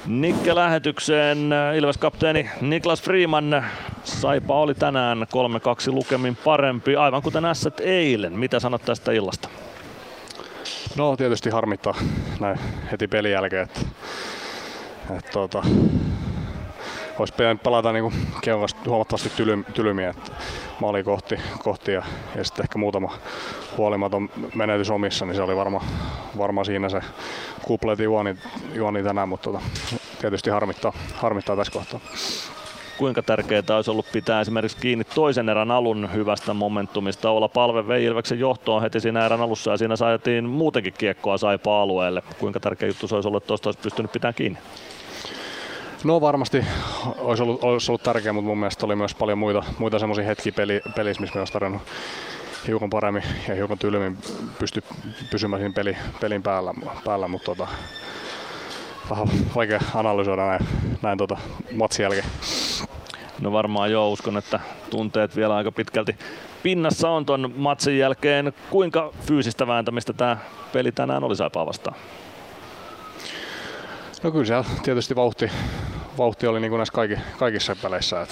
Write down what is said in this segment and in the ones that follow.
Nikke lähetykseen. Ilves-kapteeni Niklas Freeman. Saipa oli tänään 3-2 lukemin parempi, aivan kuten Ässät eilen. Mitä sanot tästä illasta? No tietysti harmittaa näin heti pelin jälkeen, että olisi pitänyt palata niin huomattavasti tylymmin, että maali kohti ja sitten ehkä muutama huolimaton menetys omissa, niin se oli varmaan siinä se kupletin juoni tänään, mutta tietysti harmittaa tässä kohtaa. Kuinka tärkeää olisi ollut pitää esimerkiksi kiinni toisen erän alun hyvästä momentumista? Olla Palve vei Ilveksen johtoon heti siinä erän alussa ja siinä saatiin muutenkin kiekkoa Saipa alueelle. Kuinka tärkeä juttu se olisi ollut, että tuosta olisi pystynyt pitämään kiinni? No varmasti olisi ollut tärkeää, mutta mun mielestä oli myös paljon muita semmoisia hetkiä pelissä, missä me olisi tarvinnut hiukan paremmin ja hiukan tylymmin pysymään siinä pelin päällä, mutta vähän vaikea analysoida näin matsin jälkeen. No varmaan joo, uskon, että tunteet vielä aika pitkälti pinnassa on ton matsin jälkeen. Kuinka fyysistä vääntämistä tää peli tänään oli Saipaa vastaan? No kyllä siellä tietysti vauhti oli niin kuin näissä kaikissa peleissä,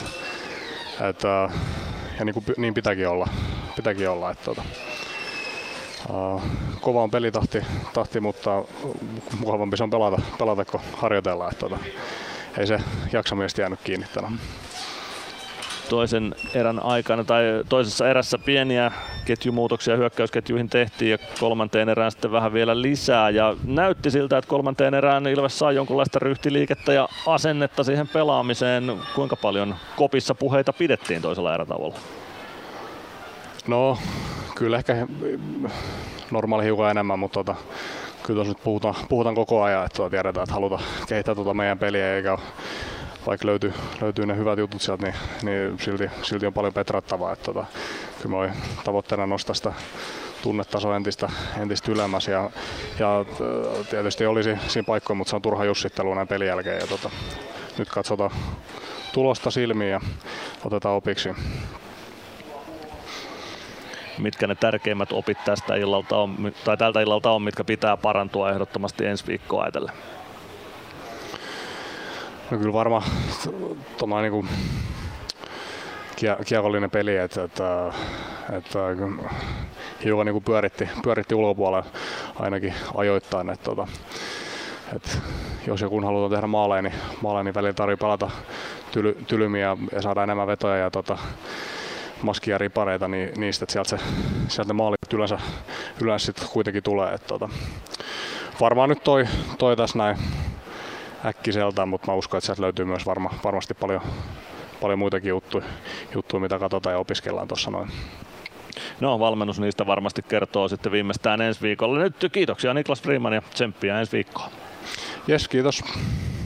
ja niin pitääkin olla, että kova on pelitahti, mutta mukavampi se on pelata kuin harjoitella, että ei se jaksamista jäänyt kiinni tänään. Toisen erän aikana tai toisessa erässä pieniä ketjumuutoksia hyökkäysketjuihin tehtiin ja kolmanteen erään sitten vähän vielä lisää ja näytti siltä, että kolmanteen erään Ilves saa jonkunlaista ryhtiliikettä ja asennetta siihen pelaamiseen. Kuinka paljon kopissa puheita pidettiin toisella erätauolla? No kyllä ehkä normaali hiukan enemmän, mutta kyllä tuossa nyt puhutaan koko ajan, että tiedetään, että halutaan kehittää meidän peliä eikä vaikka löytyy ne hyvät jutut sieltä, niin silti on paljon petrattavaa. Että kyllä mä tavoitteena nostaa sitä tunnetasoa entistä ylemmäs ja tietysti olisi siinä paikkoja, mutta se on turha jussittelua näin pelin jälkeen. Ja nyt katsotaan tulosta silmiin ja otetaan opiksi. Mitkä ne tärkeimmät opit tästä illalta on, tai tältä illalta on, mitkä pitää parantua ehdottomasti ensi viikkoa ajatellen? No kyllä varmaan niin kiekollinen peli, että hiukan niin pyöritti ulkopuolella ainakin ajoittain. Että jos ja kun halutaan tehdä maaleja, niin välillä tarvitsee pelata tylymiä ja saada enemmän vetoja ja maskia ripareita, niin niistä, että sieltä ne maalit yleensä sitten kuitenkin tulee. Että varmaan nyt toi tässä näin äkkiseltään, mutta mä uskon, että sieltä löytyy myös varmasti paljon muitakin juttuja, mitä katsotaan ja opiskellaan tuossa noin. No, valmennus niistä varmasti kertoo sitten viimeistään ensi viikolla. Nyt kiitoksia Niklas Freeman ja tsemppiä ensi viikkoon. Jes, kiitos.